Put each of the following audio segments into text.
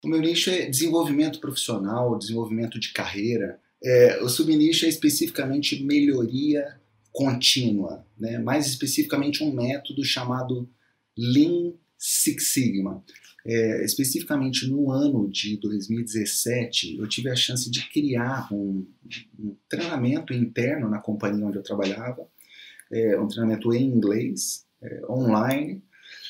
O meu nicho é desenvolvimento profissional, desenvolvimento de carreira. O subnicho é especificamente melhoria contínua, né? Mais especificamente um método chamado Lean Six Sigma. Especificamente no ano de 2017, eu tive a chance de criar um treinamento interno na companhia onde eu trabalhava, um treinamento em inglês, online,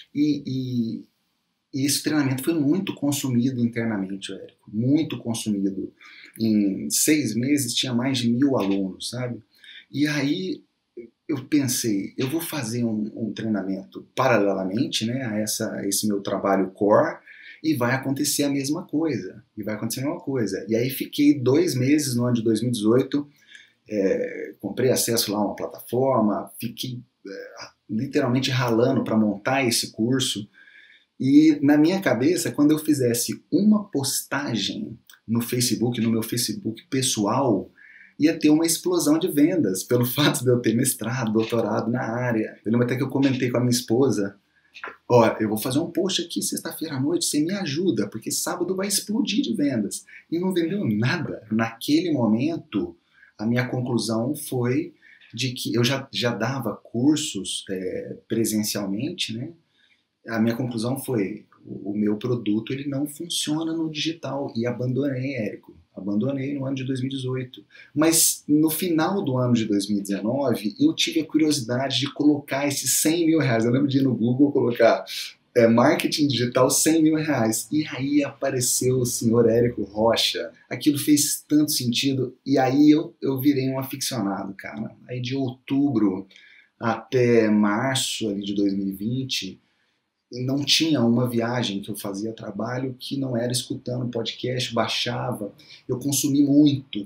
e esse treinamento foi muito consumido internamente, Érico, muito consumido. Em 6 meses tinha mais de 1.000 alunos, sabe? E aí eu pensei, eu vou fazer um treinamento paralelamente, né, a esse meu trabalho core, e vai acontecer a mesma coisa. E aí fiquei 2 meses no ano de 2018, comprei acesso lá a uma plataforma, fiquei literalmente ralando para montar esse curso. E na minha cabeça, quando eu fizesse uma postagem no Facebook, no meu Facebook pessoal, ia ter uma explosão de vendas, pelo fato de eu ter mestrado, doutorado na área. Eu lembro até que eu comentei com a minha esposa, eu vou fazer um post aqui sexta-feira à noite, você me ajuda, porque sábado vai explodir de vendas. E não vendeu nada. Naquele momento, a minha conclusão foi de que eu já dava cursos presencialmente, né? A minha conclusão foi, o meu produto ele não funciona no digital, e abandonei, Érico. Abandonei no ano de 2018. Mas no final do ano de 2019, eu tive a curiosidade de colocar esses 100 mil reais. Eu lembro de ir no Google colocar marketing digital 100 mil reais. E aí apareceu o senhor Érico Rocha. Aquilo fez tanto sentido. E aí eu virei um aficionado, cara. Aí de outubro até março ali de 2020, não tinha uma viagem que eu fazia trabalho que não era escutando podcast, baixava. Eu consumi muito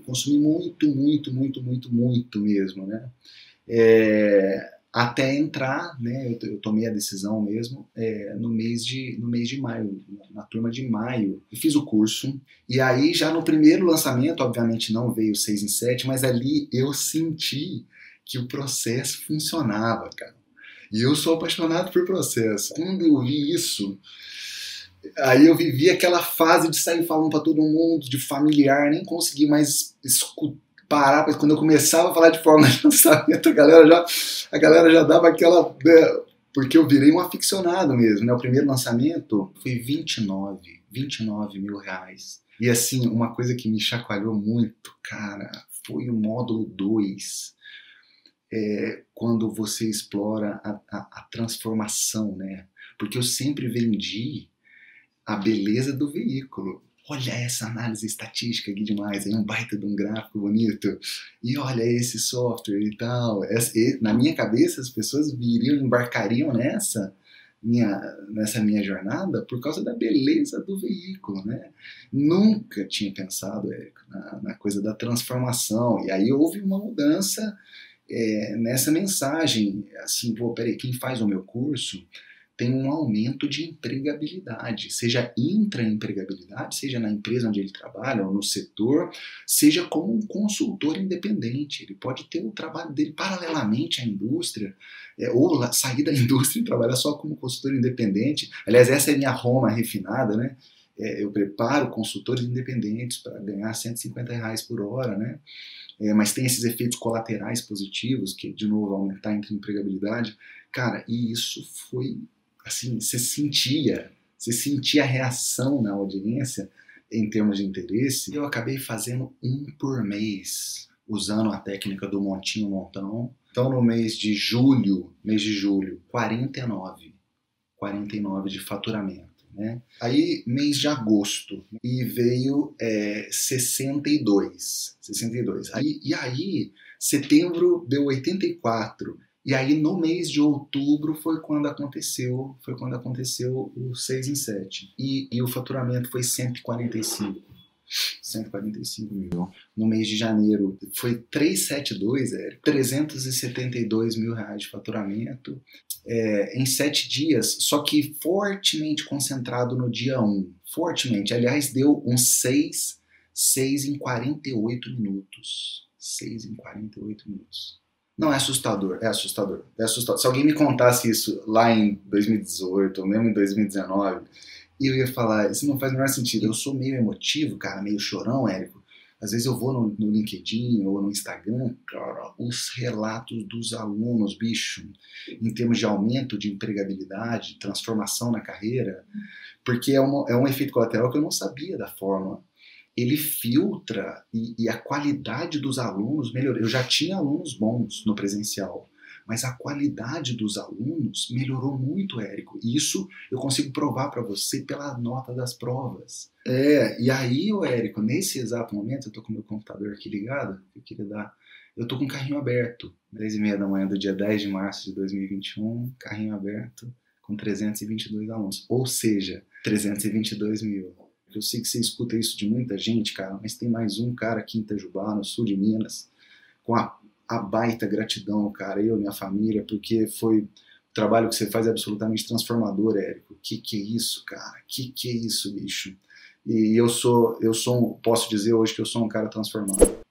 mesmo, né? Até entrar, né? Eu tomei a decisão mesmo no mês de maio, na turma de maio. Eu fiz o curso, e aí já no primeiro lançamento, obviamente não veio 6 em 7, mas ali eu senti que o processo funcionava, cara. E eu sou apaixonado por processo. Quando eu vi isso, aí eu vivi aquela fase de sair falando para todo mundo, de familiar, nem consegui mais parar, porque quando eu começava a falar de forma de lançamento, a galera já dava aquela... porque eu virei um aficionado mesmo, né? O primeiro lançamento foi 29 mil reais. E assim, uma coisa que me chacoalhou muito, cara, foi o módulo 2. Quando você explora a transformação, né? Porque eu sempre vendi a beleza do veículo. Olha essa análise estatística aqui demais, é um baita de um gráfico bonito. E olha esse software e tal. Na minha cabeça, as pessoas embarcariam nessa minha jornada por causa da beleza do veículo, né? Nunca tinha pensado, Érico, na coisa da transformação. E aí houve uma mudança nessa mensagem, assim, peraí, quem faz o meu curso tem um aumento de empregabilidade, seja intraempregabilidade, seja na empresa onde ele trabalha, ou no setor, seja como um consultor independente. Ele pode ter o trabalho dele paralelamente à indústria, ou sair da indústria e trabalhar só como consultor independente. Aliás, essa é a minha Roma refinada, né? Eu preparo consultores independentes para ganhar R$150 por hora, né? Mas tem esses efeitos colaterais positivos, que de novo aumentar a empregabilidade. Cara, e isso foi assim, você sentia a reação na audiência em termos de interesse. Eu acabei fazendo um por mês, usando a técnica do montinho montão. Então no mês de julho, 49 de faturamento. Né? Aí, mês de agosto, e veio 62. E aí, setembro deu 84. E aí, no mês de outubro, foi quando aconteceu o 6 em 7. E o faturamento foi 145 mil. No mês de janeiro foi 372, 372 mil reais de faturamento em 7 dias, só que fortemente concentrado no dia 1. Fortemente, aliás, deu uns 6 em 48 minutos. 6 em 48 minutos. Não, é assustador. Se alguém me contasse isso lá em 2018 ou mesmo em 2019, E eu ia falar, isso não faz o menor sentido. Eu sou meio emotivo, cara, meio chorão, Érico. Às vezes eu vou no LinkedIn ou no Instagram, cara, os relatos dos alunos, bicho, em termos de aumento de empregabilidade, transformação na carreira, porque é um efeito colateral que eu não sabia da fórmula. Ele filtra e a qualidade dos alunos melhorou. Eu já tinha alunos bons no presencial, mas a qualidade dos alunos melhorou muito, Érico. Isso eu consigo provar para você pela nota das provas. E aí, Érico, nesse exato momento, eu tô com o meu computador aqui ligado, eu queria dar. Eu tô com o carrinho aberto, 10h30 da manhã do dia 10 de março de 2021, carrinho aberto, com 322 alunos. Ou seja, 322 mil. Eu sei que você escuta isso de muita gente, cara, mas tem mais um cara aqui em Itajubá, no sul de Minas, com a baita gratidão, cara, eu e minha família, porque foi o trabalho que você faz é absolutamente transformador, Érico. Que é isso, cara? Que é isso, bicho? E posso dizer hoje que eu sou um cara transformado.